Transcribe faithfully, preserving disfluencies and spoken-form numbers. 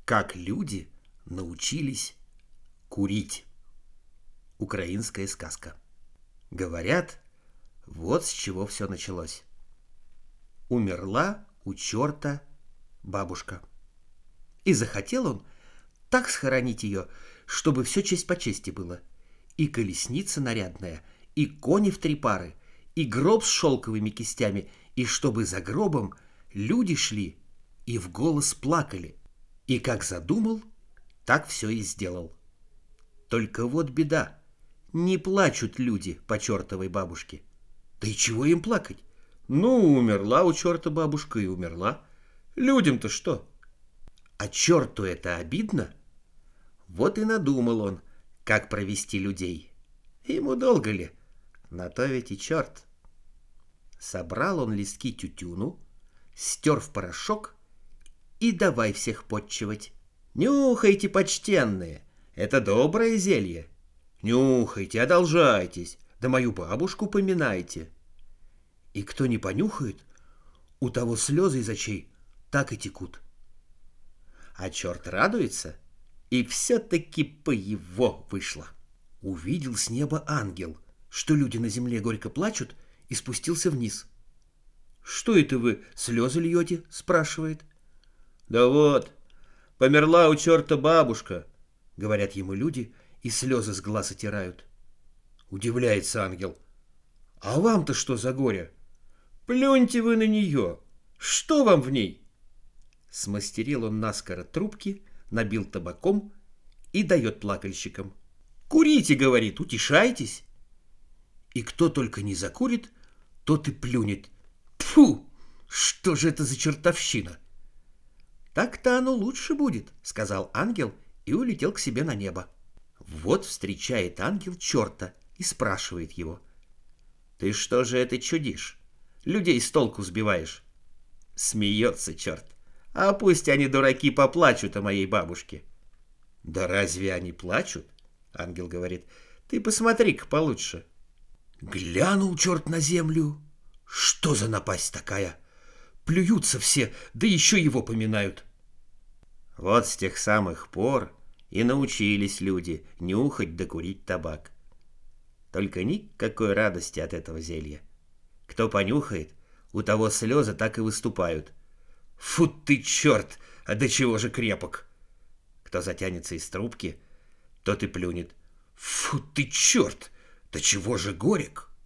Как люди научились курить. Украинская сказка. Говорят, вот с чего все началось. Умерла у черта бабушка. И захотел он так схоронить ее, чтобы все честь по чести было. И колесница нарядная, и кони в три пары, и гроб с шелковыми кистями, и чтобы за гробом люди шли и в голос плакали. И как задумал, так все и сделал. Только вот беда. Не плачут люди по чертовой бабушке. Да и чего им плакать? Ну, умерла у черта бабушка и умерла. Людям-то что? А черту это обидно? Вот и надумал он, как провести людей. Ему долго ли? На то ведь и черт. Собрал он листки тютюну, стер в порошок и давай всех подчивать. Нюхайте, почтенные, это доброе зелье. Нюхайте, одолжайтесь, да мою бабушку поминайте. И кто не понюхает, у того слезы из очей так и текут. А черт радуется, и все-таки по его вышло. Увидел с неба ангел, что люди на земле горько плачут, и спустился вниз. «Что это вы слезы льете?» — спрашивает. «Да вот, померла у черта бабушка», — говорят ему люди, и слезы с глаз отирают. Удивляется ангел. «А вам-то что за горе? Плюньте вы на нее! Что вам в ней?» Смастерил он наскоро трубки, набил табаком и дает плакальщикам. «Курите, — говорит, — утешайтесь!» И кто только не закурит, тот и плюнет. Тьфу! Что же это за чертовщина? «Так-то оно лучше будет, — сказал ангел и улетел к себе на небо. Вот встречает ангел черта и спрашивает его. «Ты что же это чудишь? Людей с толку сбиваешь?» Смеется черт. «А пусть они, дураки, поплачут о моей бабушке». «Да разве они плачут?» Ангел говорит. «Ты посмотри-ка получше». Глянул черт на землю. Что за напасть такая? Плюются все, да еще его поминают. Вот с тех самых пор и научились люди нюхать да курить табак. Только никакой радости от этого зелья. Кто понюхает, у того слезы так и выступают. Фу ты, черт, а до чего же крепок? Кто затянется из трубки, тот и плюнет. Фу ты, черт, до чего же горек?